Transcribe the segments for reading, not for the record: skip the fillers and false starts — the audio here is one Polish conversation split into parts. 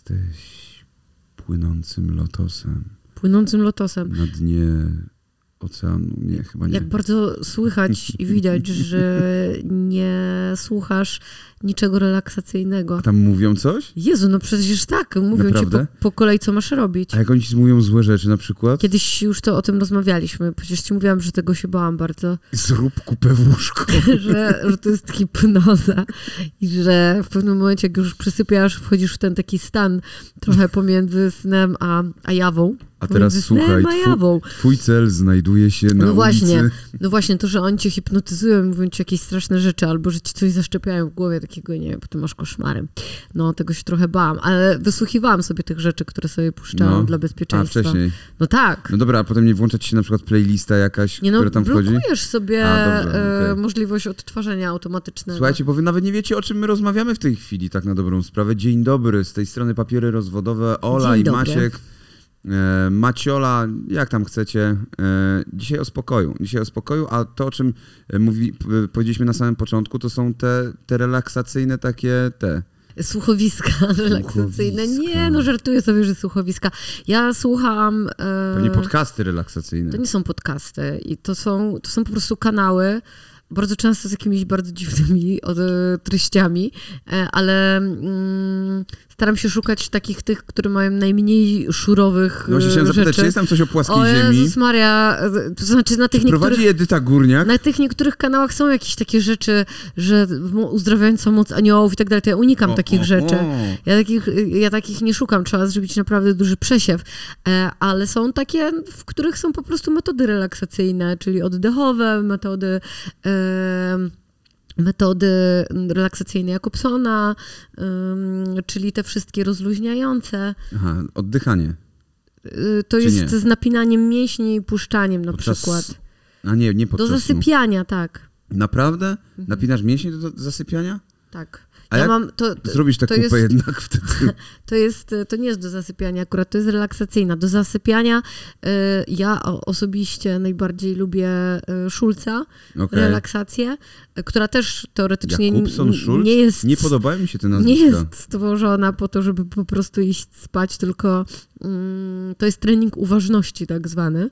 Jesteś płynącym lotosem. Płynącym lotosem. Na dnie oceanu. Nie, chyba nie. Jak bardzo słychać i widać, że nie słuchasz niczego relaksacyjnego. A tam mówią coś? Jezu, no przecież tak. Mówią Naprawdę? ci po kolei, co masz robić. A jak oni ci mówią złe rzeczy na przykład? Kiedyś już to o tym rozmawialiśmy. Przecież ci mówiłam, że tego się bałam bardzo. Zrób kupę w łóżko. że to jest hipnoza i że w pewnym momencie, jak już przysypiasz, wchodzisz w ten taki stan trochę pomiędzy snem a jawą. A teraz słuchaj, twój cel znajduje się na ulicy. No właśnie, to, że oni cię hipnotyzują i mówią ci jakieś straszne rzeczy, albo że ci coś zaszczepiają w głowie takiego, nie wiem, bo ty masz koszmary. No, tego się trochę bałam, ale wysłuchiwałam sobie tych rzeczy, które sobie puszczałam dla bezpieczeństwa. A, wcześniej? No tak. No dobra, a potem nie włącza ci się na przykład playlista jakaś, która tam wchodzi? Blokujesz sobie możliwość odtwarzania automatycznego. Słuchajcie, bo wy nawet nie wiecie, o czym my rozmawiamy w tej chwili, tak na dobrą sprawę. Dzień dobry, z tej strony Papiery Rozwodowe, Ola i Maciek. Maciola, jak tam chcecie. Dzisiaj o spokoju, a to, o czym powiedzieliśmy na samym początku, to są te relaksacyjne takie słuchowiska relaksacyjne. Nie, no żartuję sobie, że słuchowiska. Ja słucham... Pewnie podcasty relaksacyjne. To nie są podcasty. I to są po prostu kanały, bardzo często z jakimiś bardzo dziwnymi treściami, ale staram się szukać takich tych, które mają najmniej szurowych rzeczy. Właśnie chciałem zapytać, czy jest tam coś o płaskiej ziemi? Jezus Maria, to znaczy na tych prowadzi Edyta Górniak? Na tych niektórych kanałach są jakieś takie rzeczy, że uzdrawiająca moc aniołów i tak dalej, to ja unikam takich rzeczy. Ja takich nie szukam, trzeba zrobić naprawdę duży przesiew, ale są takie, w których są po prostu metody relaksacyjne, czyli oddechowe, metody relaksacyjne Jacobsona, czyli te wszystkie rozluźniające. Aha, oddychanie. To jest z napinaniem mięśni i puszczaniem na przykład. A nie podczas do zasypiania, tak. Naprawdę? Napinasz mięśnie do zasypiania? Tak. A jak zrobisz tę kupę jednak wtedy? To nie jest do zasypiania akurat, to jest relaksacyjna. Do zasypiania ja osobiście najbardziej lubię Schulza, relaksację, która też teoretycznie nie jest... Nie podobają mi się te nazwiska. Nie jest stworzona po to, żeby po prostu iść spać, tylko to jest trening uważności tak zwany.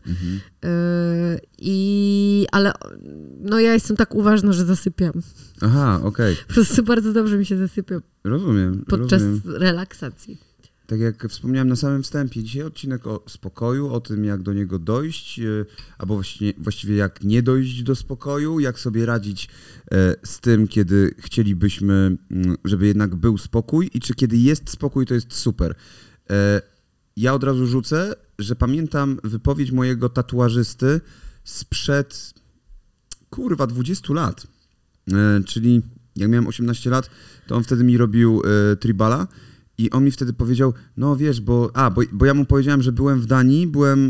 Ale no ja jestem tak uważna, że zasypiam. Aha, okej. Po prostu bardzo dobrze mi się zasypia. Rozumiem. Podczas relaksacji. Tak jak wspomniałem na samym wstępie, dzisiaj odcinek o spokoju, o tym, jak do niego dojść, albo właściwie jak nie dojść do spokoju, jak sobie radzić z tym, kiedy chcielibyśmy, żeby jednak był spokój i czy kiedy jest spokój, to jest super. Ja od razu rzucę, że pamiętam wypowiedź mojego tatuażysty sprzed 20 lat. Czyli jak miałem 18 lat, to on wtedy mi robił tribala i on mi wtedy powiedział, no wiesz, bo ja mu powiedziałem, że byłem w Danii,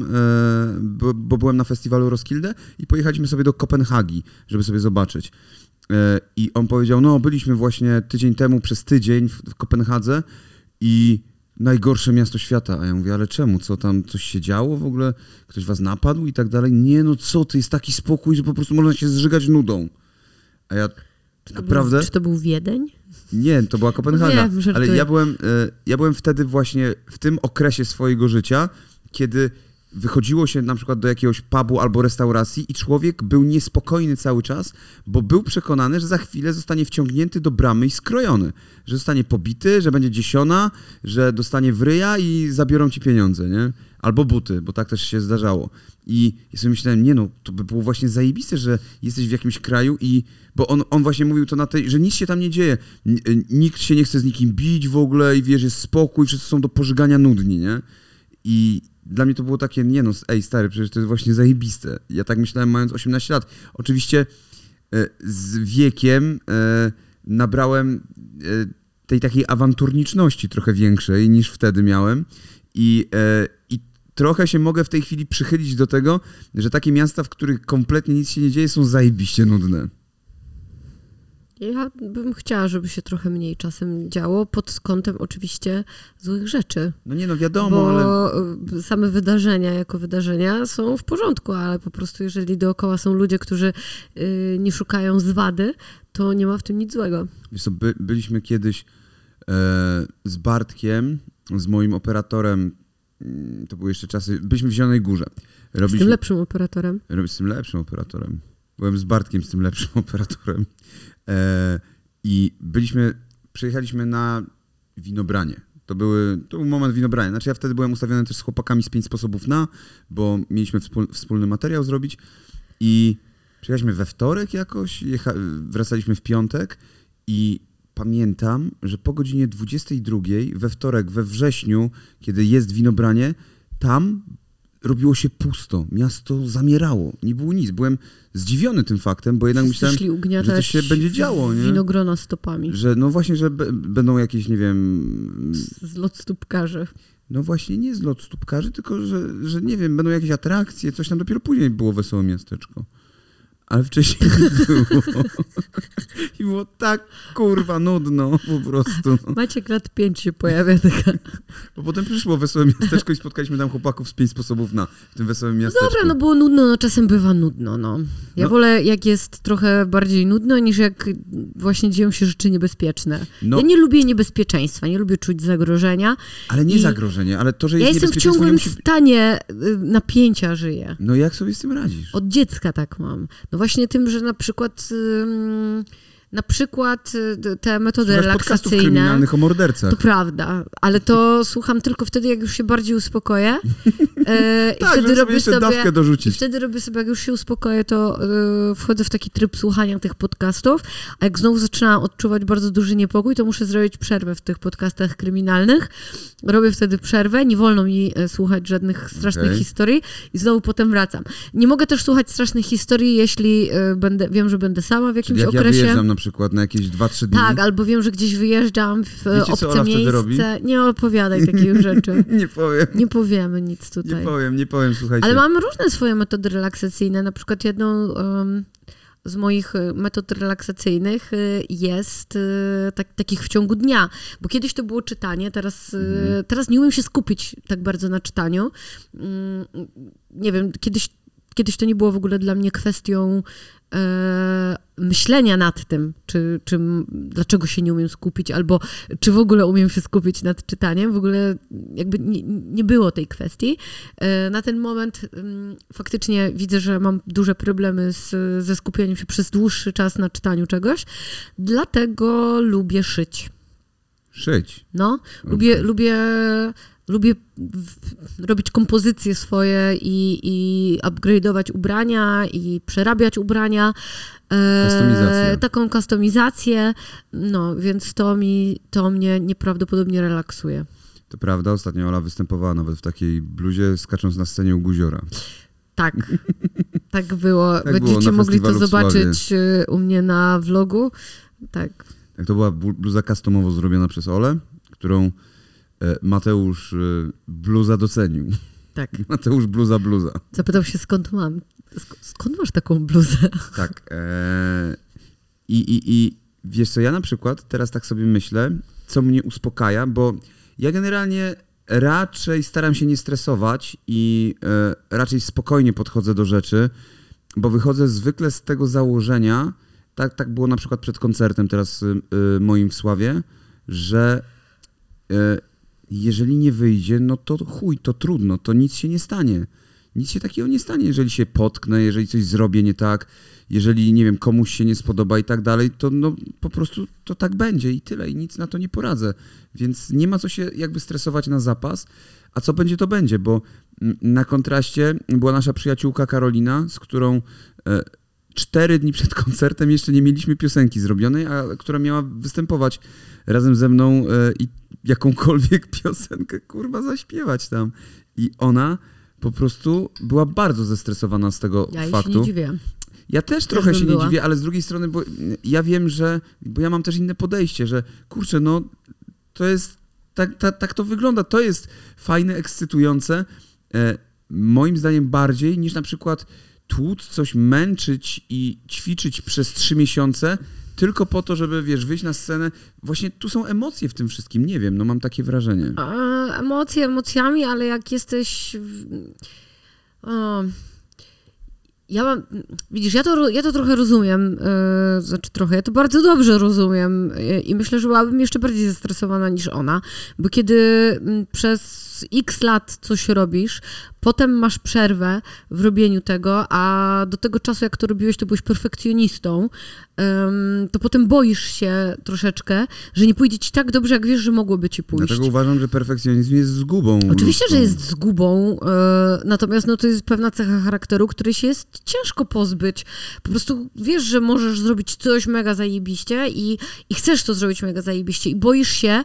bo byłem na festiwalu Roskilde i pojechaliśmy sobie do Kopenhagi, żeby sobie zobaczyć. I on powiedział, no byliśmy właśnie tydzień temu przez tydzień w Kopenhadze i najgorsze miasto świata. A ja mówię, ale czemu? Co tam, coś się działo w ogóle? Ktoś was napadł i tak dalej? Nie, no co ty, jest taki spokój, że po prostu można się zżygać nudą. A ja naprawdę... Czy to był Wiedeń? Nie, to była Kopenhaga. Wiem, ale ja byłem wtedy właśnie w tym okresie swojego życia, kiedy wychodziło się na przykład do jakiegoś pubu albo restauracji i człowiek był niespokojny cały czas, bo był przekonany, że za chwilę zostanie wciągnięty do bramy i skrojony. Że zostanie pobity, że będzie dziesiona, że dostanie w ryja i zabiorą ci pieniądze, nie? Albo buty, bo tak też się zdarzało. I ja sobie myślałem, to by było właśnie zajebiste, że jesteś w jakimś kraju bo on właśnie mówił to że nic się tam nie dzieje. Nikt się nie chce z nikim bić w ogóle i wiesz, jest spokój, wszyscy są do pożygania nudni, nie? I dla mnie to było takie, stary, przecież to jest właśnie zajebiste. Ja tak myślałem mając 18 lat. Oczywiście z wiekiem nabrałem tej takiej awanturniczności trochę większej niż wtedy miałem i trochę się mogę w tej chwili przychylić do tego, że takie miasta, w których kompletnie nic się nie dzieje, są zajebiście nudne. Ja bym chciała, żeby się trochę mniej czasem działo, pod kątem oczywiście złych rzeczy. No wiadomo, bo same wydarzenia jako wydarzenia są w porządku, ale po prostu jeżeli dookoła są ludzie, którzy nie szukają zwady, to nie ma w tym nic złego. Wiesz co, byliśmy kiedyś z Bartkiem z moim operatorem, to były jeszcze czasy, byliśmy w Zielonej Górze. Z tym lepszym operatorem? Z tym lepszym operatorem. Byłem z Bartkiem, z tym lepszym operatorem. I przyjechaliśmy na winobranie. To był moment winobrania. Znaczy ja wtedy byłem ustawiony też z chłopakami z 5 sposobów na, bo mieliśmy wspólny materiał zrobić i przyjechaliśmy we wtorek jakoś, wracaliśmy w piątek i pamiętam, że po godzinie 22 we wtorek, we wrześniu, kiedy jest winobranie, tam robiło się pusto. Miasto zamierało. Nie było nic. Byłem zdziwiony tym faktem, bo jednak myślałem, że coś się będzie działo. Nie? Winogrona stopami. Że no właśnie, że będą jakieś, nie wiem... Zlot stópkarzy. No właśnie nie zlot stópkarzy, tylko że nie wiem, będą jakieś atrakcje, coś tam dopiero później było Wesołe Miasteczko. Ale wcześniej nie było. I było tak, kurwa, nudno po prostu. Maciek lat 5 się pojawia taka. Bo potem przyszło Wesołe Miasteczko i spotkaliśmy tam chłopaków z 5 sposobów na w tym Wesołym Miasteczku. No dobra, no było nudno, no czasem bywa nudno, no. Ja wolę, jak jest trochę bardziej nudno, niż jak właśnie dzieją się rzeczy niebezpieczne. Ja nie lubię niebezpieczeństwa, nie lubię czuć zagrożenia. Ale nie zagrożenie, ale to, że jest niebezpieczeństwo... Ja jestem w ciągłym stanie napięcia żyję. No jak sobie z tym radzisz? Od dziecka tak mam. No właśnie tym, że na przykład te metody Słuchasz relaksacyjne... podcastów kryminalnych o mordercach. To prawda, ale to słucham tylko wtedy, jak już się bardziej uspokoję. I wtedy robię sobie dawkę dorzucić. I wtedy robię sobie, jak już się uspokoję, to wchodzę w taki tryb słuchania tych podcastów, a jak znowu zaczynam odczuwać bardzo duży niepokój, to muszę zrobić przerwę w tych podcastach kryminalnych. Robię wtedy przerwę, nie wolno mi słuchać żadnych strasznych historii i znowu potem wracam. Nie mogę też słuchać strasznych historii, jeśli wiem, że będę sama w jakimś okresie. Ja wyjeżdżam na przykład na jakieś 2-3 dni. Tak, albo wiem, że gdzieś wyjeżdżam w obce miejsce. Robi? Nie opowiadaj takich rzeczy. Nie powiem. Nie powiemy nic tutaj. Nie powiem, słuchajcie. Ale mamy różne swoje metody relaksacyjne. Na przykład jedną z moich metod relaksacyjnych jest takich w ciągu dnia. Bo kiedyś to było czytanie, teraz nie umiem się skupić tak bardzo na czytaniu. Nie wiem, kiedyś to nie było w ogóle dla mnie kwestią myślenia nad tym, dlaczego się nie umiem skupić, albo czy w ogóle umiem się skupić nad czytaniem. W ogóle jakby nie było tej kwestii. Na ten moment faktycznie widzę, że mam duże problemy ze skupieniem się przez dłuższy czas na czytaniu czegoś. Dlatego lubię szyć. Szyć? No, lubię robić kompozycje swoje i upgrade'ować ubrania i przerabiać ubrania. Taką kustomizację. No, więc to mnie nieprawdopodobnie relaksuje. To prawda, ostatnio Ola występowała nawet w takiej bluzie, skacząc na scenie u Guziora. Tak, tak było. Będziecie mogli to zobaczyć u mnie na vlogu. Tak. Tak, to była bluza customowo zrobiona przez Olę, którą Mateusz bluza docenił. Tak. Mateusz bluza. Zapytał się, skąd mam. Skąd masz taką bluzę? Tak. I wiesz co, ja na przykład teraz tak sobie myślę, co mnie uspokaja, bo ja generalnie raczej staram się nie stresować i raczej spokojnie podchodzę do rzeczy, bo wychodzę zwykle z tego założenia, tak było na przykład przed koncertem teraz moim w Sławie, że jeżeli nie wyjdzie, no to chuj, to trudno, to nic się nie stanie. Nic się takiego nie stanie, jeżeli się potknę, jeżeli coś zrobię nie tak, jeżeli, nie wiem, komuś się nie spodoba i tak dalej, to no po prostu to tak będzie i tyle i nic na to nie poradzę. Więc nie ma co się jakby stresować na zapas, a co będzie, to będzie, bo na kontraście była nasza przyjaciółka Karolina, z którą 4 dni przed koncertem jeszcze nie mieliśmy piosenki zrobionej, a która miała występować razem ze mną i jakąkolwiek piosenkę, kurwa, zaśpiewać tam. I ona po prostu była bardzo zestresowana z tego faktu. Ja się nie dziwię. Ja też trochę się nie dziwię, ale z drugiej strony, bo ja wiem, bo ja mam też inne podejście, że kurczę, no to jest, tak to wygląda, to jest fajne, ekscytujące, moim zdaniem bardziej niż na przykład tłuc, coś męczyć i ćwiczyć przez 3 miesiące, tylko po to, żeby, wiesz, wyjść na scenę. Właśnie tu są emocje w tym wszystkim, nie wiem, no mam takie wrażenie. Emocje emocjami, ale jak jesteś... Widzisz, ja to trochę rozumiem, ja to bardzo dobrze rozumiem i myślę, że byłabym jeszcze bardziej zestresowana niż ona, bo kiedy przez x lat coś robisz, potem masz przerwę w robieniu tego, a do tego czasu, jak to robiłeś, to byłeś perfekcjonistą, to potem boisz się troszeczkę, że nie pójdzie ci tak dobrze, jak wiesz, że mogłoby ci pójść. Dlatego uważam, że perfekcjonizm jest zgubą. Oczywiście, że jest zgubą, natomiast to jest pewna cecha charakteru, której się jest ciężko pozbyć. Po prostu wiesz, że możesz zrobić coś mega zajebiście i chcesz to zrobić mega zajebiście i boisz się,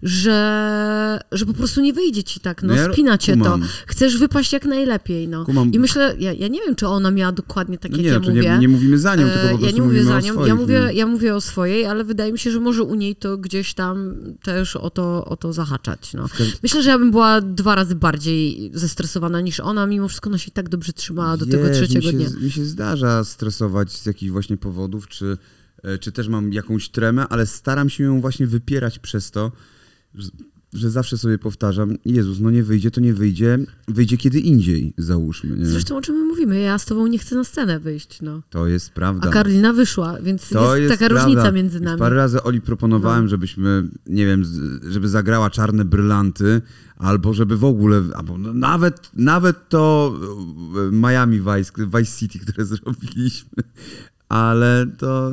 że po prostu nie wyjdzie ci tak, spina cię to. Chcesz wypaść jak najlepiej, I myślę, ja nie wiem, czy ona miała dokładnie tak, jak ja mówię. Nie mówimy za nią, tylko po prostu ja nie mówię za nią, swoich, ja mówię o swojej, ale wydaje mi się, że może u niej to gdzieś tam też o to zahaczać, Myślę, że ja bym była 2 razy bardziej zestresowana niż ona, mimo wszystko ona się tak dobrze trzymała do tego 3. dnia. Mi się zdarza stresować z jakichś właśnie powodów, czy też mam jakąś tremę, ale staram się ją właśnie wypierać przez to, że zawsze sobie powtarzam, Jezus, nie wyjdzie, to nie wyjdzie, wyjdzie kiedy indziej, załóżmy. Nie? Zresztą o czym my mówimy, ja z tobą nie chcę na scenę wyjść, To jest prawda. A Karolina wyszła, więc jest taka prawda. różnica między nami. Parę razy Oli proponowałem, żebyśmy, nie wiem, żeby zagrała Czarne Brylanty, albo żeby w ogóle, albo nawet to Miami Vice City, które zrobiliśmy, ale to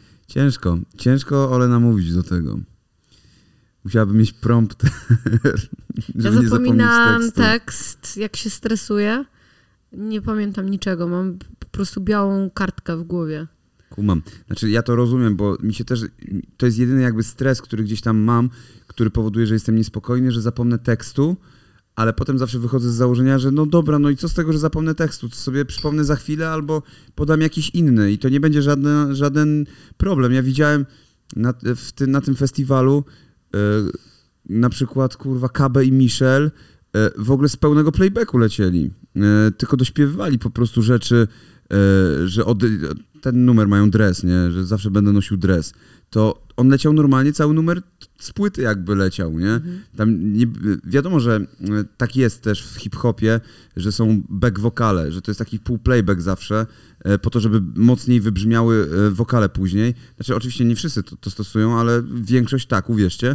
ciężko Ole namówić do tego. Musiałabym mieć prompter, żeby nie zapominam tekst, jak się stresuję. Nie pamiętam niczego, mam po prostu białą kartkę w głowie. Kumam. Znaczy ja to rozumiem, bo mi się też, to jest jedyny jakby stres, który gdzieś tam mam, który powoduje, że jestem niespokojny, że zapomnę tekstu, ale potem zawsze wychodzę z założenia, że dobra, i co z tego, że zapomnę tekstu, to sobie przypomnę za chwilę albo podam jakiś inny i to nie będzie żaden problem. Ja widziałem na tym festiwalu na przykład, Kabe i Michel w ogóle z pełnego playbacku lecieli. Tylko dośpiewywali po prostu rzeczy, że ten numer mają dres, nie? Że zawsze będę nosił dres. To on leciał normalnie, cały numer z płyty jakby leciał, nie? Tam wiadomo, że tak jest też w hip-hopie, że są back wokale, że to jest taki pół playback zawsze, po to, żeby mocniej wybrzmiały wokale później. Znaczy oczywiście nie wszyscy to stosują, ale większość tak, uwierzcie.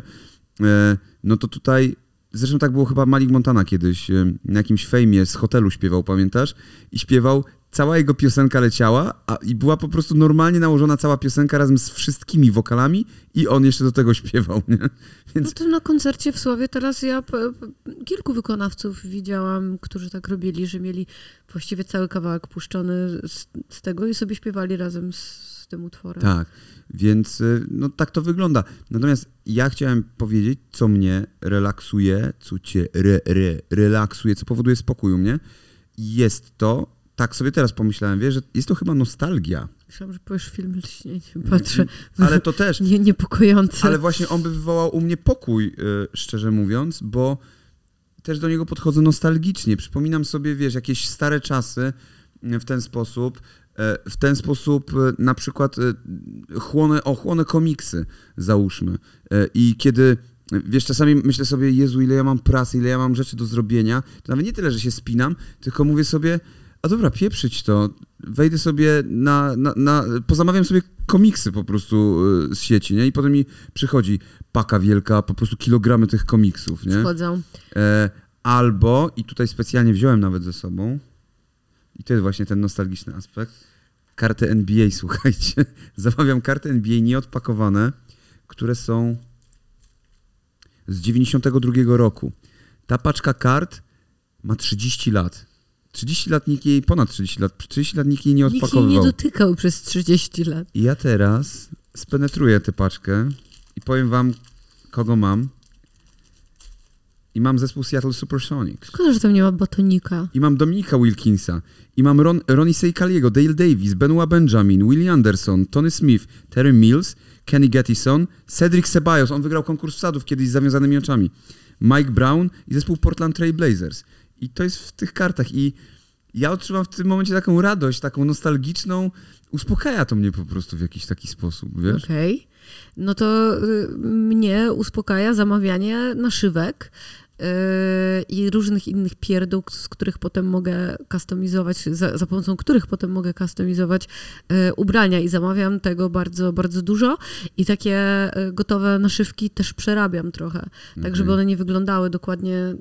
To tutaj, zresztą tak było chyba Malik Montana kiedyś, na jakimś fejmie z hotelu śpiewał, pamiętasz? I śpiewał, cała jego piosenka leciała i była po prostu normalnie nałożona cała piosenka razem z wszystkimi wokalami i on jeszcze do tego śpiewał, nie? Więc... to na koncercie w Sławie teraz ja kilku wykonawców widziałam, którzy tak robili, że mieli właściwie cały kawałek puszczony z tego i sobie śpiewali razem z tym utworem. Tak, więc tak to wygląda. Natomiast ja chciałem powiedzieć, co mnie relaksuje, co cię relaksuje, co powoduje spokój u mnie. Jest to, tak sobie teraz pomyślałem, wiesz, że jest to chyba nostalgia. Myślałam, że powiesz film Lśnienie, patrzę. Ale to też. Niepokojące. Ale właśnie on by wywołał u mnie pokój, szczerze mówiąc, bo też do niego podchodzę nostalgicznie. Przypominam sobie, wiesz, jakieś stare czasy w ten sposób. W ten sposób na przykład chłonę komiksy, załóżmy. I kiedy, wiesz, czasami myślę sobie, Jezu, ile ja mam pracy, ile ja mam rzeczy do zrobienia, to nawet nie tyle, że się spinam, tylko mówię sobie, a dobra, pieprzyć to, wejdę sobie pozamawiam sobie komiksy po prostu z sieci, nie? I potem mi przychodzi paka wielka, po prostu kilogramy tych komiksów, nie? Wchodzą. Albo, i tutaj specjalnie wziąłem nawet ze sobą, i to jest właśnie ten nostalgiczny aspekt, karty NBA, słuchajcie. Zamawiam karty NBA nieodpakowane, które są z 92 roku. Ta paczka kart ma 30 lat. 30 lat nikt jej, ponad 30 lat, 30 lat nikt jej nie odpakowywał. Nikt jej nie dotykał przez 30 lat. I ja teraz spenetruję tę paczkę i powiem wam, kogo mam. I mam zespół Seattle Supersonics. Szkoda, że tam nie ma Batonika. I mam Dominika Wilkinsa. I mam Ronnie Seikaliego, Dale Davis, Benoit Benjamin, Willie Anderson, Tony Smith, Terry Mills, Kenny Gettison, Cedric Ceballos. On wygrał konkurs wsadów kiedyś z zawiązanymi oczami. Mike Brown i zespół Portland Trail Blazers. I to jest w tych kartach. I ja odczuwam w tym momencie taką radość, taką nostalgiczną. Uspokaja to mnie po prostu w jakiś taki sposób, wiesz? Okej. No to mnie uspokaja zamawianie naszywek i różnych innych pierdół, z których potem mogę kustomizować, za pomocą których potem mogę kustomizować ubrania i zamawiam tego bardzo, bardzo dużo i takie gotowe naszywki też przerabiam trochę, tak żeby one nie wyglądały dokładnie...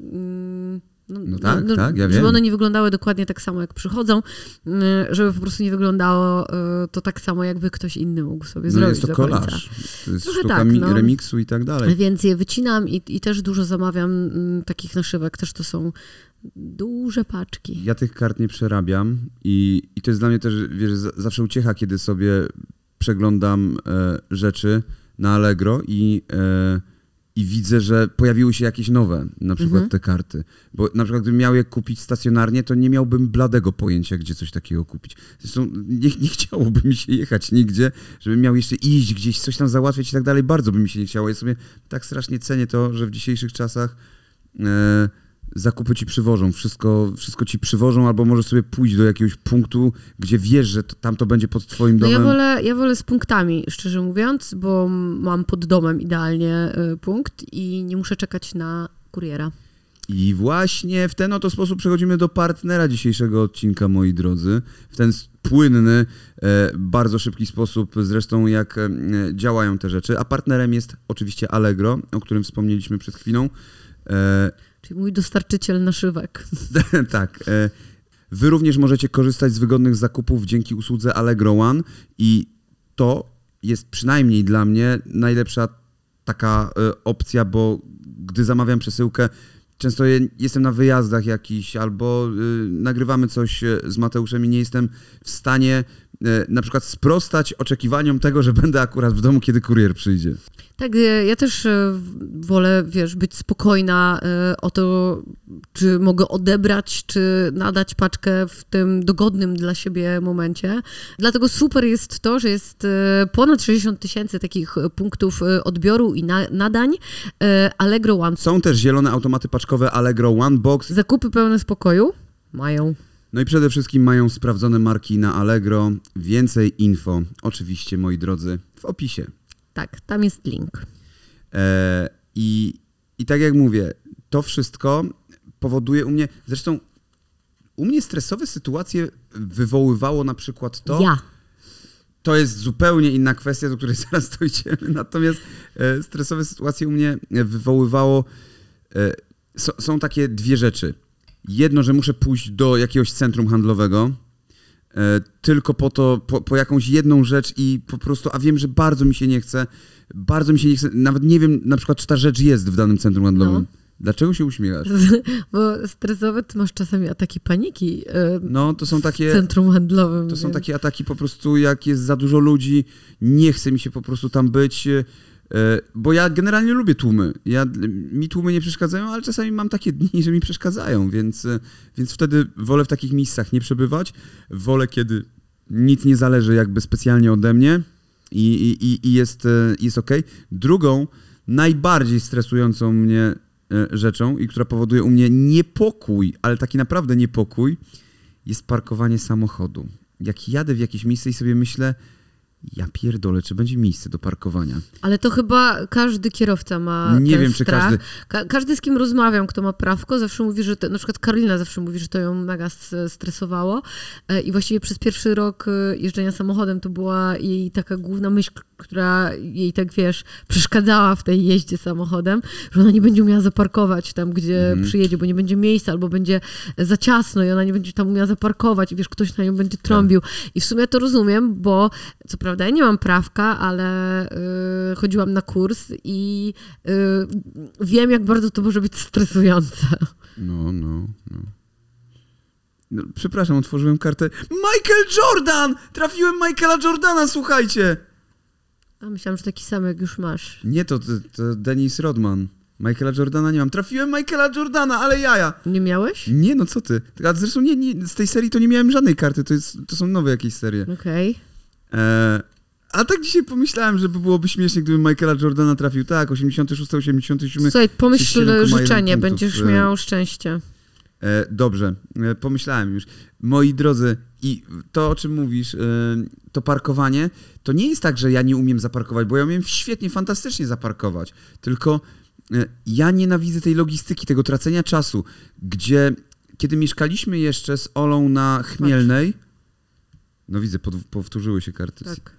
Tak, ja wiem. Żeby one nie wyglądały dokładnie tak samo, jak przychodzą, żeby po prostu nie wyglądało to tak samo, jakby ktoś inny mógł sobie zrobić jest to do końca. kolaż. To jest trochę sztuka remiksu i tak dalej. Więc je wycinam i też dużo zamawiam takich naszywek. Też to są duże paczki. Ja tych kart nie przerabiam i to jest dla mnie też, wiesz, zawsze uciecha, kiedy sobie przeglądam rzeczy na Allegro i widzę, że pojawiły się jakieś nowe, na przykład te karty. Bo na przykład gdybym miał je kupić stacjonarnie, to nie miałbym bladego pojęcia, gdzie coś takiego kupić. Zresztą nie chciałoby mi się jechać nigdzie, żebym miał jeszcze iść gdzieś, coś tam załatwiać i tak dalej. Bardzo by mi się nie chciało. Ja sobie tak strasznie cenię to, że w dzisiejszych czasach zakupy ci przywożą. Wszystko ci przywożą, albo możesz sobie pójść do jakiegoś punktu, gdzie wiesz, że tam to będzie pod twoim domem. Ja wolę z punktami, szczerze mówiąc, bo mam pod domem idealnie punkt i nie muszę czekać na kuriera. I właśnie w ten oto sposób przechodzimy do partnera dzisiejszego odcinka, moi drodzy. W ten płynny, bardzo szybki sposób, zresztą jak działają te rzeczy. A partnerem jest oczywiście Allegro, o którym wspomnieliśmy przed chwilą. Czyli mój dostarczyciel naszywek. Tak. Wy również możecie korzystać z wygodnych zakupów dzięki usłudze Allegro One i to jest przynajmniej dla mnie najlepsza taka opcja, bo gdy zamawiam przesyłkę, często jestem na wyjazdach jakichś albo nagrywamy coś z Mateuszem i nie jestem w stanie na przykład sprostać oczekiwaniom tego, że będę akurat w domu, kiedy kurier przyjdzie. Tak, ja też wolę, wiesz, być spokojna o to, czy mogę odebrać, czy nadać paczkę w tym dogodnym dla siebie momencie. Dlatego super jest to, że jest ponad 60 000 takich punktów odbioru i nadań Allegro One. Są też zielone automaty paczkowe Allegro One Box. Zakupy pełne spokoju mają. No i przede wszystkim mają sprawdzone marki na Allegro. Więcej info, oczywiście, moi drodzy, w opisie. Tak, tam jest link. I tak jak mówię, to wszystko powoduje u mnie, zresztą u mnie stresowe sytuacje wywoływało na przykład to... To jest zupełnie inna kwestia, do której zaraz dojdziemy. Natomiast stresowe sytuacje u mnie wywoływało... Są takie dwie rzeczy. Jedno, że muszę pójść do jakiegoś centrum handlowego, tylko po jakąś jedną rzecz i po prostu, a wiem, że bardzo mi się nie chce, nawet nie wiem na przykład, czy ta rzecz jest w danym centrum handlowym. No. Dlaczego się uśmiechasz? Bo stresowe ty masz czasami ataki paniki to są takie, w centrum handlowym. To są takie ataki po prostu, jak jest za dużo ludzi, nie chce mi się po prostu tam być, bo ja generalnie lubię tłumy. Mi tłumy nie przeszkadzają, ale czasami mam takie dni, że mi przeszkadzają, więc wtedy wolę w takich miejscach nie przebywać. Wolę, kiedy nic nie zależy jakby specjalnie ode mnie i jest okej. Drugą, najbardziej stresującą mnie rzeczą i która powoduje u mnie niepokój, ale taki naprawdę niepokój, jest parkowanie samochodu. Jak jadę w jakieś miejsce i sobie myślę, ja pierdolę, czy będzie miejsce do parkowania. Ale to chyba każdy kierowca ma Nie wiem, czy strach. każdy... Każdy, z kim rozmawiam, kto ma prawko, zawsze mówi, że... Na przykład Karolina zawsze mówi, że to ją mega stresowało. I właściwie przez pierwszy rok jeżdżenia samochodem to była jej taka główna myśl, która jej tak, wiesz, przeszkadzała w tej jeździe samochodem, że ona nie będzie umiała zaparkować tam, gdzie przyjedzie, bo nie będzie miejsca, albo będzie za ciasno i ona nie będzie tam umiała zaparkować i wiesz, ktoś na nią będzie trąbił. I w sumie to rozumiem, bo co prawda ja nie mam prawka, ale chodziłam na kurs i wiem, jak bardzo to może być stresujące. No, przepraszam, otworzyłem kartę. Michael Jordan! Trafiłem Michaela Jordana, słuchajcie! A myślałam, że taki sam, jak już masz. Nie, to Dennis Rodman. Michaela Jordana nie mam. Trafiłem Michaela Jordana, ale jaja. Nie miałeś? Nie, no co ty. A zresztą nie, z tej serii to nie miałem żadnej karty. To są nowe jakieś serie. Okej. A tak dzisiaj pomyślałem, że byłoby śmiesznie, gdyby Michaela Jordana trafił. Tak, 86, 87. Słuchaj, pomyśl życzenie, będziesz miał szczęście. Dobrze, pomyślałem już. Moi drodzy, i to, o czym mówisz, to parkowanie, to nie jest tak, że ja nie umiem zaparkować, bo ja umiem świetnie, fantastycznie zaparkować. Tylko ja nienawidzę tej logistyki, tego tracenia czasu, kiedy mieszkaliśmy jeszcze z Olą na Chmielnej, no widzę, powtórzyły się karty. Tak.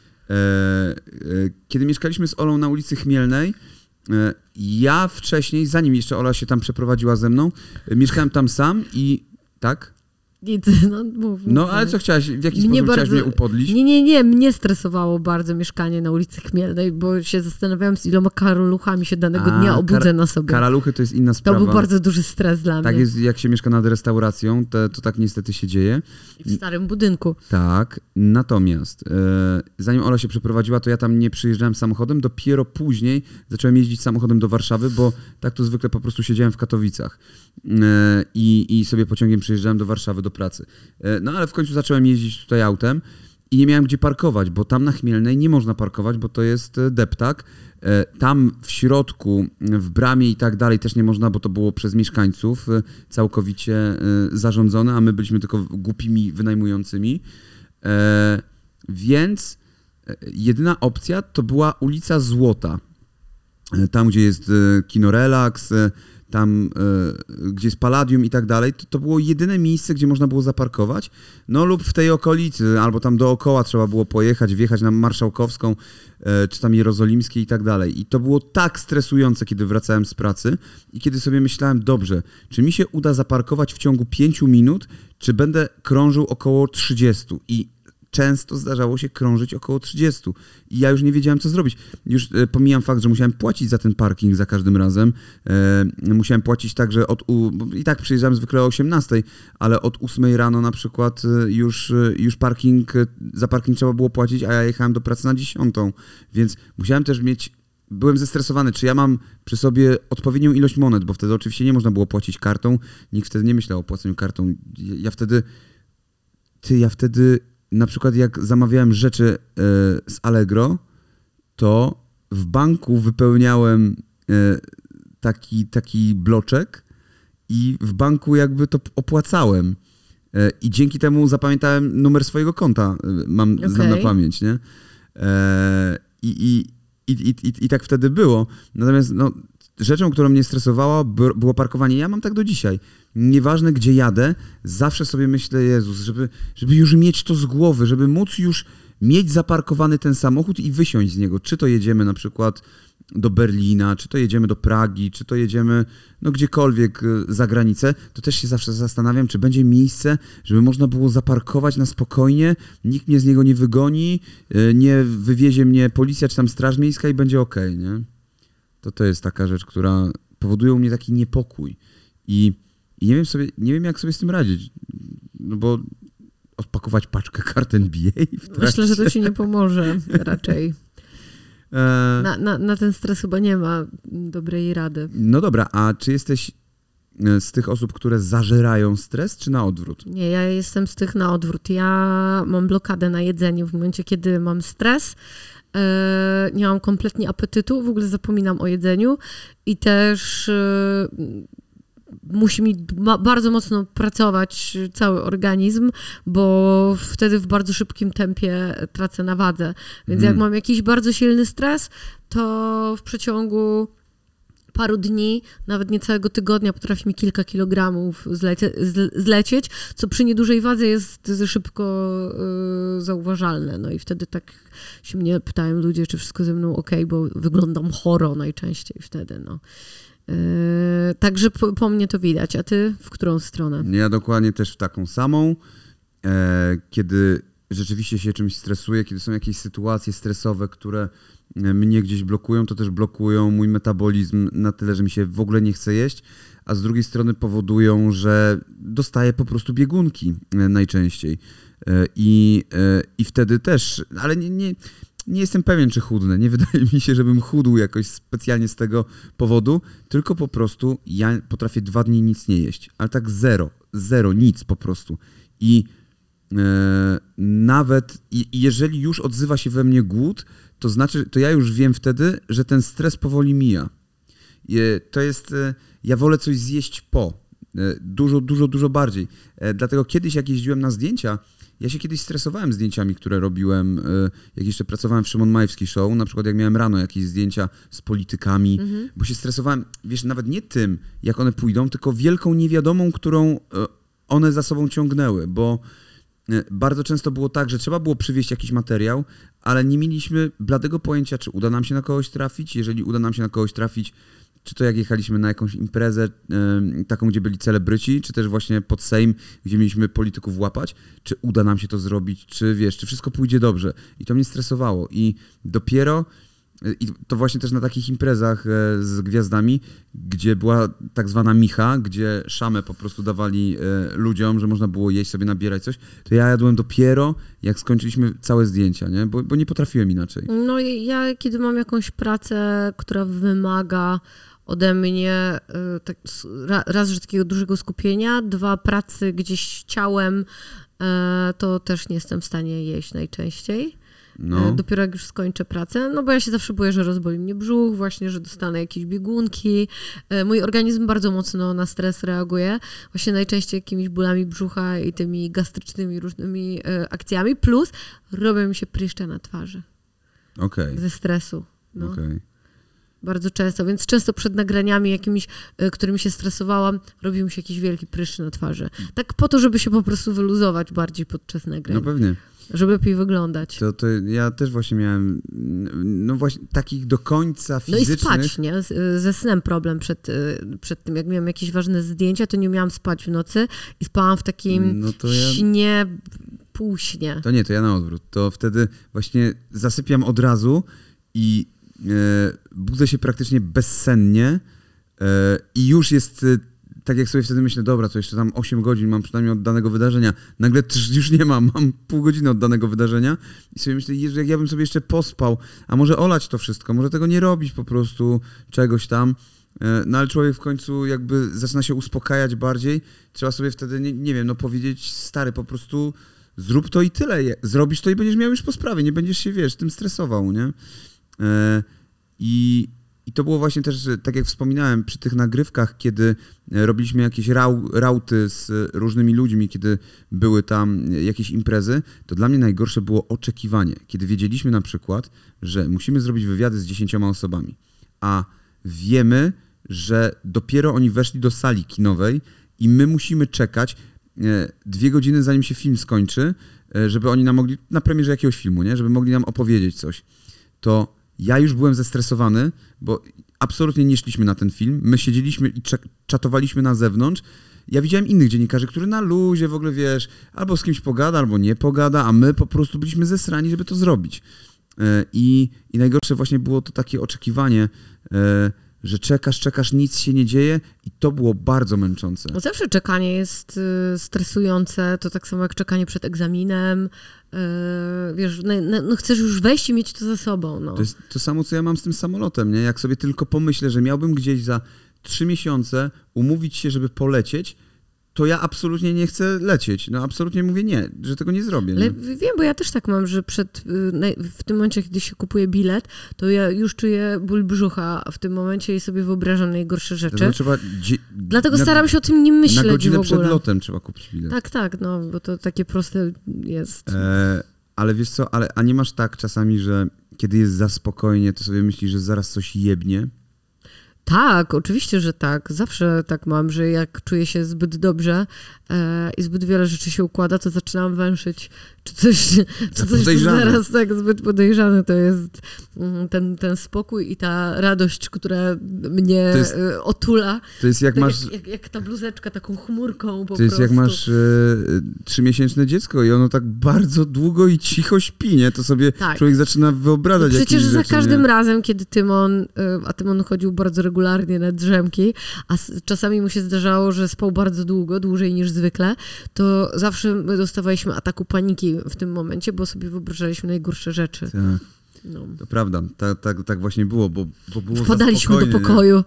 Kiedy mieszkaliśmy z Olą na ulicy Chmielnej, ja wcześniej, zanim jeszcze Ola się tam przeprowadziła ze mną, mieszkałem tam sam i... Tak? Nic, mów. No, ale co chciałaś, w jaki sposób chciałaś mnie upodlić? Nie, mnie stresowało bardzo mieszkanie na ulicy Chmielnej, bo się zastanawiałam, z iloma karaluchami się danego dnia obudzę na sobie. Karaluchy to jest inna sprawa. To był bardzo duży stres dla mnie. Tak jest, jak się mieszka nad restauracją, to tak niestety się dzieje. I w starym budynku. Tak, natomiast zanim Ola się przeprowadziła, to ja tam nie przyjeżdżałem samochodem, dopiero później zacząłem jeździć samochodem do Warszawy, bo tak to zwykle po prostu siedziałem w Katowicach i sobie pociągiem przyjeżdżałem do Warszawy, do pracy. No ale w końcu zacząłem jeździć tutaj autem i nie miałem gdzie parkować, bo tam na Chmielnej nie można parkować, bo to jest deptak. Tam w środku, w bramie i tak dalej też nie można, bo to było przez mieszkańców całkowicie zarządzone, a my byliśmy tylko głupimi wynajmującymi. Więc jedyna opcja to była ulica Złota. Tam, gdzie jest Kino Relax, tam, gdzie jest Palladium i tak dalej, to było jedyne miejsce, gdzie można było zaparkować, no lub w tej okolicy, albo tam dookoła trzeba było pojechać, wjechać na Marszałkowską, czy tam Jerozolimskie i tak dalej. I to było tak stresujące, kiedy wracałem z pracy i kiedy sobie myślałem, dobrze, czy mi się uda zaparkować w ciągu 5 minut, czy będę krążył około 30 i często zdarzało się krążyć około 30 i ja już nie wiedziałem, co zrobić. Już pomijam fakt, że musiałem płacić za ten parking za każdym razem. Musiałem płacić tak, że bo i tak przyjeżdżałem zwykle o 18, ale od 8 rano na przykład już za parking trzeba było płacić, a ja jechałem do pracy na 10, więc musiałem też byłem zestresowany, czy ja mam przy sobie odpowiednią ilość monet, bo wtedy oczywiście nie można było płacić kartą, nikt wtedy nie myślał o płaceniu kartą. Ja wtedy na przykład jak zamawiałem rzeczy z Allegro, to w banku wypełniałem taki bloczek i w banku jakby to opłacałem. I dzięki temu zapamiętałem numer swojego konta, znam na pamięć, nie? I tak wtedy było. Natomiast rzeczą, która mnie stresowała, było parkowanie. Ja mam tak do dzisiaj. Nieważne, gdzie jadę, zawsze sobie myślę, Jezus, żeby już mieć to z głowy, żeby móc już mieć zaparkowany ten samochód i wysiąść z niego. Czy to jedziemy na przykład do Berlina, czy to jedziemy do Pragi, czy to jedziemy gdziekolwiek za granicę, to też się zawsze zastanawiam, czy będzie miejsce, żeby można było zaparkować na spokojnie, nikt mnie z niego nie wygoni, nie wywiezie mnie policja, czy tam straż miejska i będzie okej, nie? To jest taka rzecz, która powoduje u mnie taki niepokój. I nie wiem, jak sobie z tym radzić. No bo odpakować paczkę kart NBA w trakcie. Myślę, że to ci nie pomoże raczej. Na ten stres chyba nie ma dobrej rady. No dobra, a czy jesteś z tych osób, które zażerają stres, czy na odwrót? Nie, ja jestem z tych na odwrót. Ja mam blokadę na jedzeniu w momencie, kiedy mam stres. Nie mam kompletnie apetytu, w ogóle zapominam o jedzeniu i też musi mi bardzo mocno pracować cały organizm, bo wtedy w bardzo szybkim tempie tracę na wadze. Więc jak mam jakiś bardzo silny stres, to w przeciągu paru dni, nawet nie całego tygodnia, potrafi mi kilka kilogramów zlecieć, co przy niedużej wadze jest szybko zauważalne. No i wtedy tak się mnie pytają ludzie, czy wszystko ze mną okej, bo wyglądam choro najczęściej wtedy. Także po mnie to widać. A ty w którą stronę? Ja dokładnie też w taką samą. Kiedy rzeczywiście się czymś stresuję, kiedy są jakieś sytuacje stresowe, które mnie gdzieś blokują, to też blokują mój metabolizm na tyle, że mi się w ogóle nie chce jeść, a z drugiej strony powodują, że dostaję po prostu biegunki najczęściej. I wtedy też, ale nie jestem pewien, czy chudnę. Nie wydaje mi się, żebym chudł jakoś specjalnie z tego powodu, tylko po prostu ja potrafię 2 dni nic nie jeść, ale tak zero, nic po prostu. I nawet jeżeli już odzywa się we mnie głód, to znaczy, to ja już wiem wtedy, że ten stres powoli mija. To jest, ja wolę coś zjeść dużo bardziej. Dlatego kiedyś, jak jeździłem na zdjęcia ja się kiedyś stresowałem zdjęciami, które robiłem, jak jeszcze pracowałem w Szymon Majewski Show, na przykład jak miałem rano jakieś zdjęcia z politykami, bo się stresowałem, wiesz, nawet nie tym, jak one pójdą, tylko wielką niewiadomą, którą one za sobą ciągnęły, bo bardzo często było tak, że trzeba było przywieźć jakiś materiał, ale nie mieliśmy bladego pojęcia, czy uda nam się na kogoś trafić. Jeżeli uda nam się na kogoś trafić, czy to jak jechaliśmy na jakąś imprezę taką, gdzie byli celebryci, czy też właśnie pod Sejm, gdzie mieliśmy polityków łapać, czy uda nam się to zrobić, czy wiesz, czy wszystko pójdzie dobrze. I to mnie stresowało. I dopiero, i to właśnie też na takich imprezach z gwiazdami, gdzie była tak zwana micha, gdzie szamę po prostu dawali ludziom, że można było jeść sobie, nabierać coś, to ja jadłem dopiero, jak skończyliśmy całe zdjęcia, nie? Bo nie potrafiłem inaczej. No ja kiedy mam jakąś pracę, która wymaga ode mnie tak, raz, że takiego dużego skupienia, dwa, pracy gdzieś ciałem, to też nie jestem w stanie jeść najczęściej. No. Dopiero jak już skończę pracę, no bo ja się zawsze boję, że rozboli mnie brzuch, właśnie, że dostanę jakieś biegunki. Mój organizm bardzo mocno na stres reaguje, właśnie najczęściej jakimiś bólami brzucha i tymi gastrycznymi różnymi akcjami, plus robią mi się pryszcze na twarzy. Ze stresu. No. Bardzo często, więc często przed nagraniami jakimiś, którymi się stresowałam, robił mi się jakiś wielki pryszcz na twarzy. Tak po to, żeby się po prostu wyluzować bardziej podczas nagrań. No pewnie. Żeby lepiej wyglądać. To ja też właśnie miałem, no właśnie takich do końca fizycznych. No i spać, nie? Ze snem problem przed tym, jak miałam jakieś ważne zdjęcia, to nie umiałam spać w nocy i spałam w takim śnie, półśnie. To ja na odwrót. To wtedy właśnie zasypiam od razu i budzę się praktycznie bezsennie i już jest... Tak jak sobie wtedy myślę, dobra, to jeszcze tam 8 godzin mam przynajmniej od danego wydarzenia. Nagle już nie mam pół godziny od danego wydarzenia i sobie myślę, Jezu, jak ja bym sobie jeszcze pospał, a może olać to wszystko, może tego nie robić po prostu czegoś tam. No ale człowiek w końcu jakby zaczyna się uspokajać bardziej. Trzeba sobie wtedy, nie wiem, no powiedzieć, stary, po prostu zrób to i tyle. Zrobisz to i będziesz miał już po sprawie, nie będziesz się, wiesz, tym stresował, nie? I to było właśnie też, tak jak wspominałem, przy tych nagrywkach, kiedy robiliśmy jakieś rauty z różnymi ludźmi, kiedy były tam jakieś imprezy, to dla mnie najgorsze było oczekiwanie. Kiedy wiedzieliśmy na przykład, że musimy zrobić wywiady z 10 osobami, a wiemy, że dopiero oni weszli do sali kinowej i my musimy czekać 2 godziny, zanim się film skończy, żeby oni nam mogli, na premierze jakiegoś filmu, nie? Żeby mogli nam opowiedzieć coś. To ja już byłem zestresowany, bo absolutnie nie szliśmy na ten film. My siedzieliśmy i czatowaliśmy na zewnątrz. Ja widziałem innych dziennikarzy, którzy na luzie w ogóle, wiesz, albo z kimś pogada, albo nie pogada, a my po prostu byliśmy zesrani, żeby to zrobić. I najgorsze właśnie było to takie oczekiwanie, że czekasz, nic się nie dzieje i to było bardzo męczące. No zawsze czekanie jest stresujące, to tak samo jak czekanie przed egzaminem. Wiesz, no chcesz już wejść i mieć to za sobą. No. To jest to samo, co ja mam z tym samolotem, nie? Jak sobie tylko pomyślę, że miałbym gdzieś za 3 miesiące umówić się, żeby polecieć, to ja absolutnie nie chcę lecieć. No absolutnie mówię nie, że tego nie zrobię. Nie? Ale wiem, bo ja też tak mam, że w tym momencie, kiedy się kupuje bilet, to ja już czuję ból brzucha w tym momencie i sobie wyobrażam najgorsze rzeczy. Dlatego staram się o tym nie myśleć na godzinę w ogóle. przed lotem trzeba kupić bilet. Tak, no, bo to takie proste jest. Ale wiesz co, a nie masz tak czasami, że kiedy jest za spokojnie, to sobie myślisz, że zaraz coś jebnie? Tak, oczywiście, że tak. Zawsze tak mam, że jak czuję się zbyt dobrze i zbyt wiele rzeczy się układa, to zaczynam węszyć, czy coś zaraz tak zbyt podejrzane to jest ten spokój i ta radość, która mnie otula. To jest jak tak masz... Jak ta bluzeczka taką chmurką po prostu. To jest jak masz 3-miesięczne dziecko i ono tak bardzo długo i cicho śpi, nie? To sobie człowiek zaczyna wyobrażać jakieś rzeczy. Przecież za każdym razem, kiedy Tymon chodził bardzo regularnie na drzemki, a czasami mu się zdarzało, że spał bardzo długo, dłużej niż zwykle, to zawsze my dostawaliśmy ataku paniki w tym momencie, bo sobie wyobrażaliśmy najgorsze rzeczy. Tak. No. To prawda, tak właśnie było, bo było wpadaliśmy do pokoju.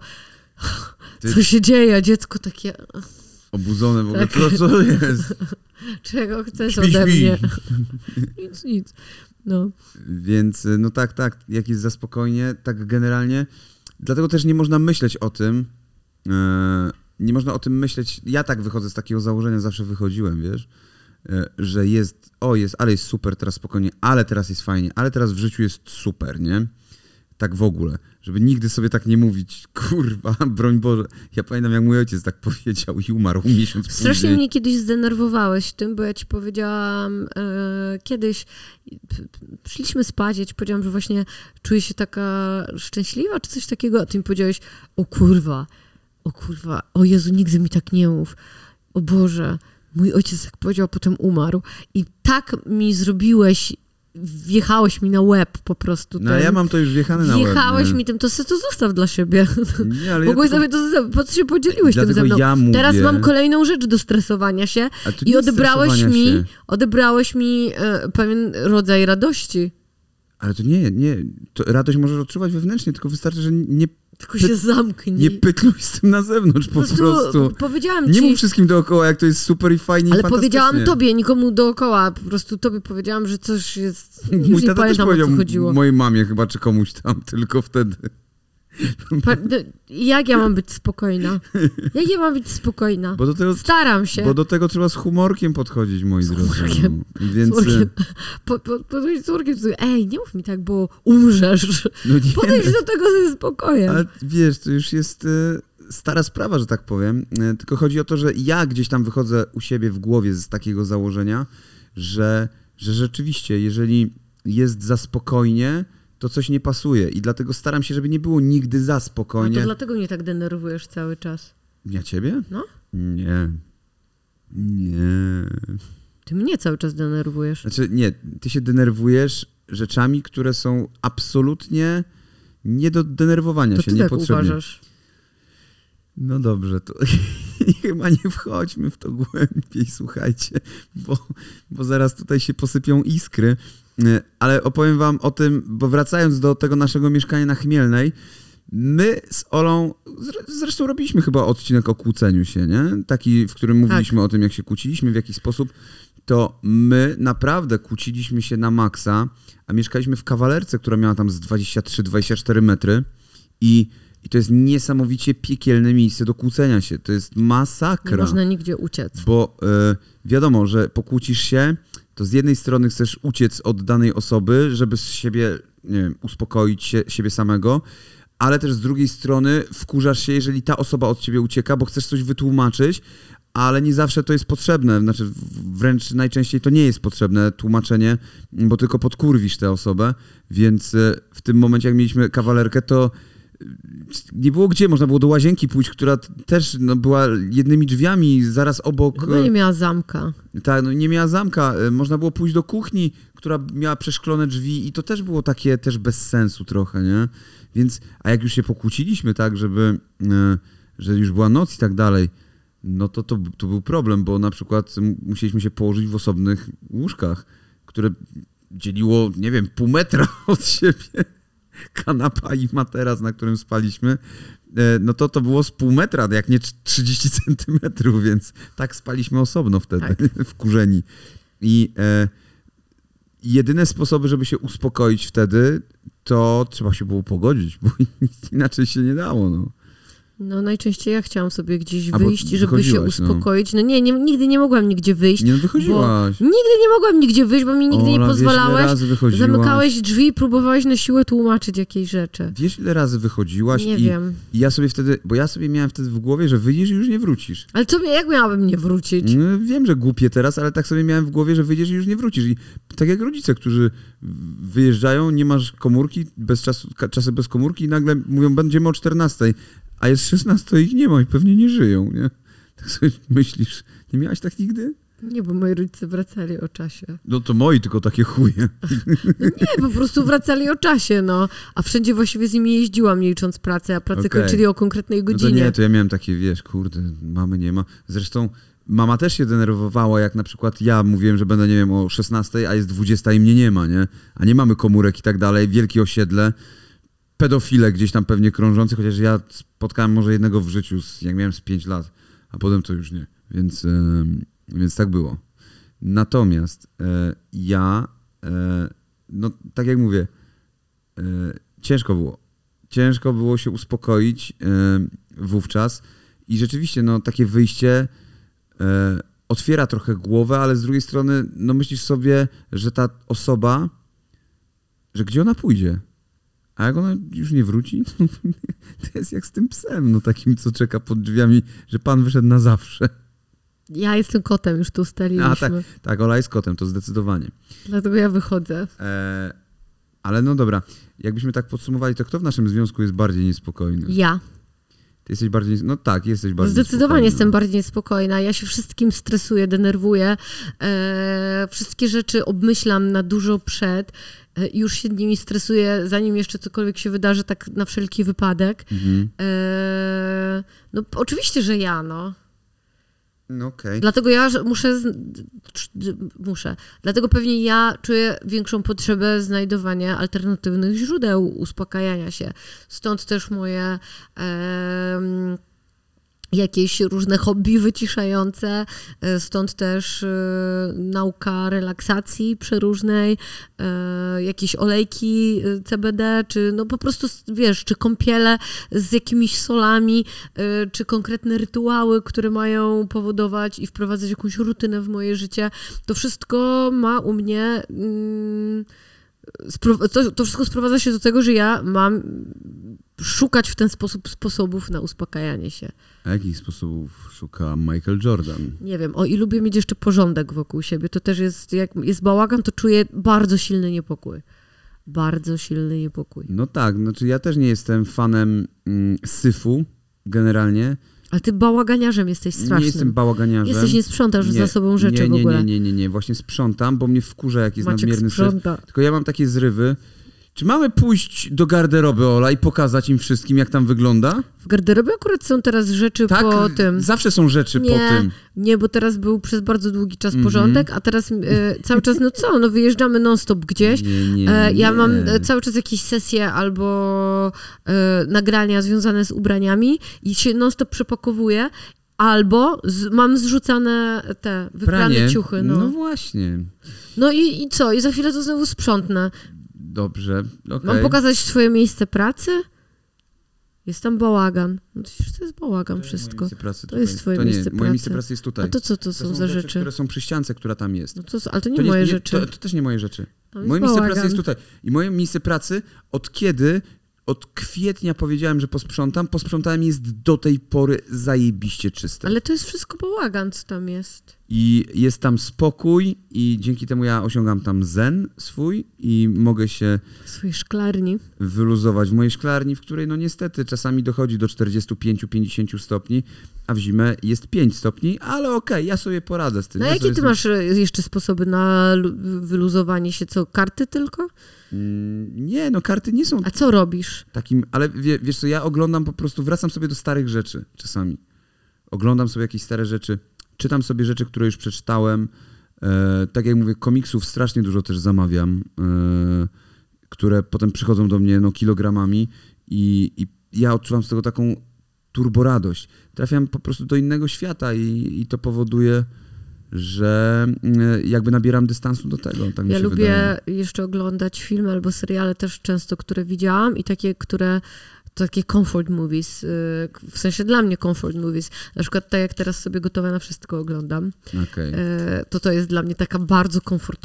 Co się dzieje? A dziecko takie... Obudzone w ogóle. Tak. Co jest? Czego chcesz ode mnie? Nic. No. Więc no tak, jak jest za spokojnie, tak generalnie. Dlatego też nie można myśleć o tym, nie można o tym myśleć. Ja tak wychodzę z takiego założenia, zawsze wychodziłem, wiesz, że jest, ale jest super, teraz spokojnie, ale teraz jest fajnie, ale teraz w życiu jest super, nie? Tak w ogóle. Żeby nigdy sobie tak nie mówić, kurwa, broń Boże. Ja pamiętam, jak mój ojciec tak powiedział i umarł miesiąc później. Strasznie mnie kiedyś zdenerwowałeś tym, bo ja ci powiedziałam kiedyś, szliśmy spać, ja ci powiedziałam, że właśnie czuję się taka szczęśliwa, czy coś takiego, a ty mi powiedziałeś, o kurwa, o Jezu, nigdy mi tak nie mów, o Boże, mój ojciec tak powiedział, a potem umarł i tak mi zrobiłeś, wjechałeś mi na łeb po prostu. No ja mam to już wjechane na łeb. Wjechałeś mi tym, to zostaw dla siebie. Nie, ale mogłeś sobie to zostawić. Po co się podzieliłeś tym ze mną? Ja mówię... Teraz mam kolejną rzecz do stresowania się i odebrałeś mi pewien rodzaj radości. Ale to nie. To radość możesz odczuwać wewnętrznie, tylko wystarczy, że nie... Tylko się zamknij. Nie pytluj z tym na zewnątrz po prostu. Powiedziałam ci... Nie mów wszystkim dookoła, jak to jest super i fajnie ale i fantastycznie. powiedziałam tobie, nikomu dookoła. Po prostu tobie powiedziałam, że coś jest... Mój tata też powiedział o co chodziło. Mojej mamie chyba, czy komuś tam, tylko wtedy. Jak ja mam być spokojna? Jak ja mam być spokojna? Staram się. Bo do tego trzeba z humorkiem podchodzić, moi drodzy. Więc... Podejść z humorkiem. Ej, nie mów mi tak, bo umrzesz. No podejdź do tego ze spokojem. Ale wiesz, to już jest stara sprawa, że tak powiem. Tylko chodzi o to, że ja gdzieś tam wychodzę u siebie w głowie z takiego założenia, że rzeczywiście, jeżeli jest za spokojnie, to coś nie pasuje i dlatego staram się, żeby nie było nigdy za spokojnie. A to dlatego mnie tak denerwujesz cały czas. Ja ciebie? No. Nie. Ty mnie cały czas denerwujesz. Znaczy nie, ty się denerwujesz rzeczami, które są absolutnie nie do denerwowania to się, ty niepotrzebnie. Tak uważasz. No dobrze, to chyba nie wchodźmy w to głębiej, słuchajcie, bo zaraz tutaj się posypią iskry. Ale opowiem wam o tym, bo wracając do tego naszego mieszkania na Chmielnej, my z Olą, zresztą robiliśmy chyba odcinek o kłóceniu się, nie? Taki, w którym mówiliśmy o tym, jak się kłóciliśmy, w jaki sposób, to my naprawdę kłóciliśmy się na maksa, a mieszkaliśmy w kawalerce, która miała tam z 23-24 metry i to jest niesamowicie piekielne miejsce do kłócenia się. To jest masakra. Nie można nigdzie uciec. Bo wiadomo, że pokłócisz się, to z jednej strony chcesz uciec od danej osoby, żeby z siebie, nie wiem, uspokoić siebie samego, ale też z drugiej strony wkurzasz się, jeżeli ta osoba od ciebie ucieka, bo chcesz coś wytłumaczyć, ale nie zawsze to jest potrzebne. Znaczy, wręcz najczęściej to nie jest potrzebne tłumaczenie, bo tylko podkurwisz tę osobę. Więc w tym momencie, jak mieliśmy kawalerkę, to nie było gdzie, można było do łazienki pójść, która też była jednymi drzwiami zaraz obok. Chyba nie miała zamka. Tak, nie miała zamka. Można było pójść do kuchni, która miała przeszklone drzwi i to też było takie też bez sensu trochę, nie? Więc, a jak już się pokłóciliśmy tak, że już była noc i tak dalej, no to był problem, bo na przykład musieliśmy się położyć w osobnych łóżkach, które dzieliło, nie wiem, pół metra od siebie. Kanapa i materac, na którym spaliśmy, no to było z pół metra, jak nie 30 centymetrów, więc tak spaliśmy osobno wtedy, wkurzeni. I jedyne sposoby, żeby się uspokoić wtedy, to trzeba się było pogodzić, bo nic inaczej się nie dało, no. No najczęściej ja chciałam sobie gdzieś wyjść, żeby się uspokoić. No nie, nigdy nie mogłam nigdzie wyjść. Nie wychodziłaś. Nigdy nie mogłam nigdzie wyjść, bo mi nigdy nie pozwalałeś. Zamykałeś drzwi i próbowałeś na siłę tłumaczyć jakieś rzeczy. Wiesz, ile razy wychodziłaś? Nie wiem. I ja sobie wtedy, bo ja sobie miałem wtedy w głowie, że wyjdziesz i już nie wrócisz. Ale jak miałabym nie wrócić? No, wiem, że głupie teraz, ale tak sobie miałem w głowie, że wyjdziesz i już nie wrócisz. I tak jak rodzice, którzy wyjeżdżają, nie masz komórki, czasy bez komórki i nagle mówią, będziemy o 14:00. A jest 16 ich nie ma i pewnie nie żyją, nie? Tak sobie myślisz, nie miałaś tak nigdy? Nie, bo moi rodzice wracali o czasie. No to moi, tylko takie chuje. No nie, po prostu wracali o czasie, no. A wszędzie właściwie z nimi jeździłam, nie licząc pracy, a pracę kończyli o konkretnej godzinie. No to nie, to ja miałem takie, wiesz, kurde, mamy nie ma. Zresztą mama też się denerwowała, jak na przykład ja mówiłem, że będę, nie wiem, o 16:00, a jest 20:00 i mnie nie ma, nie? A nie mamy komórek i tak dalej, wielkie osiedle. Pedofile gdzieś tam pewnie krążący, chociaż ja spotkałem może jednego w życiu, jak miałem z 5 lat, a potem to już nie. Więc tak było. Natomiast ja, no tak jak mówię, ciężko było. Ciężko było się uspokoić wówczas i rzeczywiście no takie wyjście otwiera trochę głowę, ale z drugiej strony no myślisz sobie, że ta osoba, że gdzie ona pójdzie? A jak ona już nie wróci, to jest jak z tym psem, no takim, co czeka pod drzwiami, że pan wyszedł na zawsze. Ja jestem kotem, już tu ustaliliśmy. Tak, Ola jest kotem, to zdecydowanie. Dlatego ja wychodzę. Ale no dobra, jakbyśmy tak podsumowali, to kto w naszym związku jest bardziej niespokojny? Ja. Ty jesteś bardziej, no tak, jesteś bardziej Zdecydowanie jestem bardziej niespokojna. Ja się wszystkim stresuję, denerwuję. Wszystkie rzeczy obmyślam na dużo przed. Już się nimi stresuję, zanim jeszcze cokolwiek się wydarzy, tak na wszelki wypadek. No oczywiście, że ja, no. No okej. Dlatego ja muszę. Dlatego pewnie ja czuję większą potrzebę znajdowania alternatywnych źródeł uspokajania się. Stąd też moje jakieś różne hobby wyciszające, stąd też nauka relaksacji przeróżnej, jakieś olejki CBD, czy no po prostu, wiesz, czy kąpiele z jakimiś solami, czy konkretne rytuały, które mają powodować i wprowadzać jakąś rutynę w moje życie. To wszystko ma u mnie... To wszystko sprowadza się do tego, że ja mam szukać w ten sposób sposobów na uspokajanie się. A jakich sposobów szuka Michael Jordan? Nie wiem, i lubię mieć jeszcze porządek wokół siebie. To też jest, jak jest bałagan, to czuję bardzo silny niepokój. Bardzo silny niepokój. No tak, znaczy ja też nie jestem fanem syfu generalnie. Ale ty bałaganiarzem jesteś strasznym. Nie jestem bałaganiarzem. Nie sprzątasz za sobą rzeczy w ogóle. Nie. Właśnie sprzątam, bo mnie wkurza, jak jest Maciek nadmierny sprząta. syf. Tylko ja mam takie zrywy. Czy mamy pójść do garderoby, Ola, i pokazać im wszystkim, jak tam wygląda? W garderobie akurat są teraz rzeczy tak, po tym. Zawsze są rzeczy po tym. Nie, bo teraz był przez bardzo długi czas porządek, a teraz cały czas, wyjeżdżamy non-stop gdzieś. Ja mam cały czas jakieś sesje albo nagrania związane z ubraniami i się non-stop przepakowuję. Albo mam zrzucane te wyprane ciuchy. No właśnie. No i co? I za chwilę to znowu sprzątnę. Dobrze, okej. Mam pokazać swoje miejsce pracy? Jest tam bałagan. No to jest bałagan wszystko. To jest twoje miejsce pracy. Moje miejsce pracy jest tutaj. A to co to są za rzeczy? Które są przy ściance, która tam jest. No ale to nie moje rzeczy. To też nie moje rzeczy. Moje miejsce pracy jest tutaj. I moje miejsce pracy od kwietnia powiedziałem, że posprzątałem, jest do tej pory zajebiście czyste. Ale to jest wszystko bałagan, co tam jest. I jest tam spokój i dzięki temu ja osiągam tam zen swój i mogę się... W swojej szklarni. Wyluzować w mojej szklarni, w której no niestety czasami dochodzi do 45-50 stopni, a w zimę jest 5 stopni, ale okej, ja sobie poradzę z tym. No jakie ty masz jeszcze sposoby na wyluzowanie się? Co, karty tylko? Nie, karty nie są... A co robisz? Ale wiesz co, ja oglądam po prostu, wracam sobie do starych rzeczy czasami. Oglądam sobie jakieś stare rzeczy, czytam sobie rzeczy, które już przeczytałem. Tak jak mówię, komiksów strasznie dużo też zamawiam, które potem przychodzą do mnie kilogramami i ja odczuwam z tego taką turboradość. Trafiam po prostu do innego świata i to powoduje, że jakby nabieram dystansu do tego. Tak mi się lubię wydaje. jeszcze oglądać filmy albo seriale też często, które widziałam i takie comfort movies, w sensie dla mnie comfort movies, na przykład tak jak teraz sobie Gotowe na wszystko oglądam, to jest dla mnie taka bardzo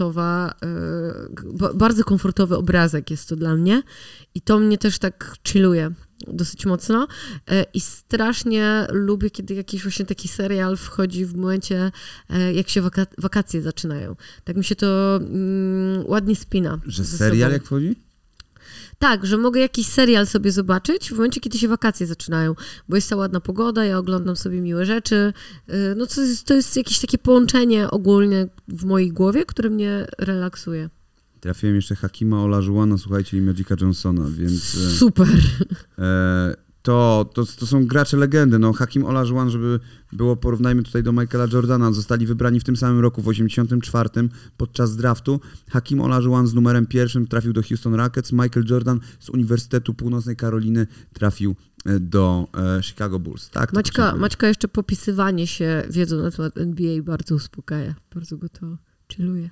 komfortowy obrazek jest to dla mnie i to mnie też tak chilluje dosyć mocno i strasznie lubię, kiedy jakiś właśnie taki serial wchodzi w momencie, jak się wakacje zaczynają. Tak mi się to ładnie spina. Że serial jak wchodzi? Tak, że mogę jakiś serial sobie zobaczyć w momencie, kiedy się wakacje zaczynają, bo jest ta ładna pogoda, ja oglądam sobie miłe rzeczy. No to jest jakieś takie połączenie ogólnie w mojej głowie, które mnie relaksuje. Trafiłem jeszcze Hakima Olajuwona, słuchajcie, i Magica Johnsona, więc... Super! To są gracze legendy. Hakim Olajuwon, żeby było, porównajmy tutaj do Michaela Jordana, zostali wybrani w tym samym roku, w 84 podczas draftu. Hakim Olajuwon z numerem 1 trafił do Houston Rockets, Michael Jordan z Uniwersytetu Północnej Karoliny trafił do Chicago Bulls. Tak, Maćka jeszcze popisywanie się wiedzą na temat NBA bardzo uspokaja. Bardzo go to chilluje.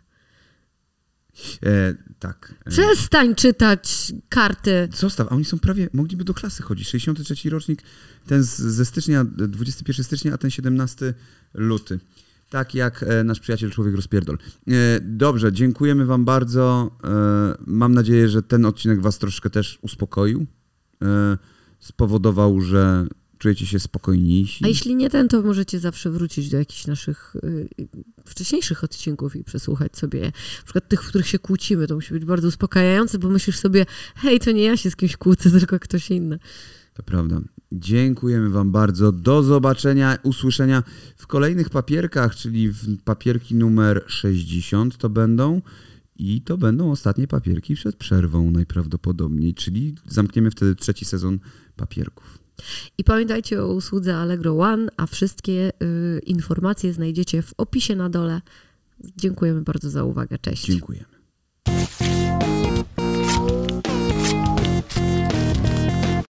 Tak. Przestań czytać karty. Zostaw, a oni są prawie, mogliby do klasy chodzić. 63 rocznik, ten ze stycznia, 21 stycznia, a ten 17 luty. Tak jak nasz przyjaciel Człowiek Rozpierdol. Dobrze, dziękujemy wam bardzo. Mam nadzieję, że ten odcinek was troszkę też uspokoił. Spowodował, że czujecie się spokojniejsi. A jeśli nie ten, to możecie zawsze wrócić do jakichś naszych wcześniejszych odcinków i przesłuchać sobie na przykład tych, w których się kłócimy. To musi być bardzo uspokajające, bo myślisz sobie, hej, to nie ja się z kimś kłócę, tylko ktoś inny. To prawda. Dziękujemy wam bardzo. Do zobaczenia, usłyszenia w kolejnych papierkach, czyli w papierki numer 60 to będą. I to będą ostatnie papierki przed przerwą najprawdopodobniej, czyli zamkniemy wtedy 3. sezon papierków. I pamiętajcie o usłudze Allegro One, a wszystkie informacje znajdziecie w opisie na dole. Dziękujemy bardzo za uwagę. Cześć. Dziękujemy.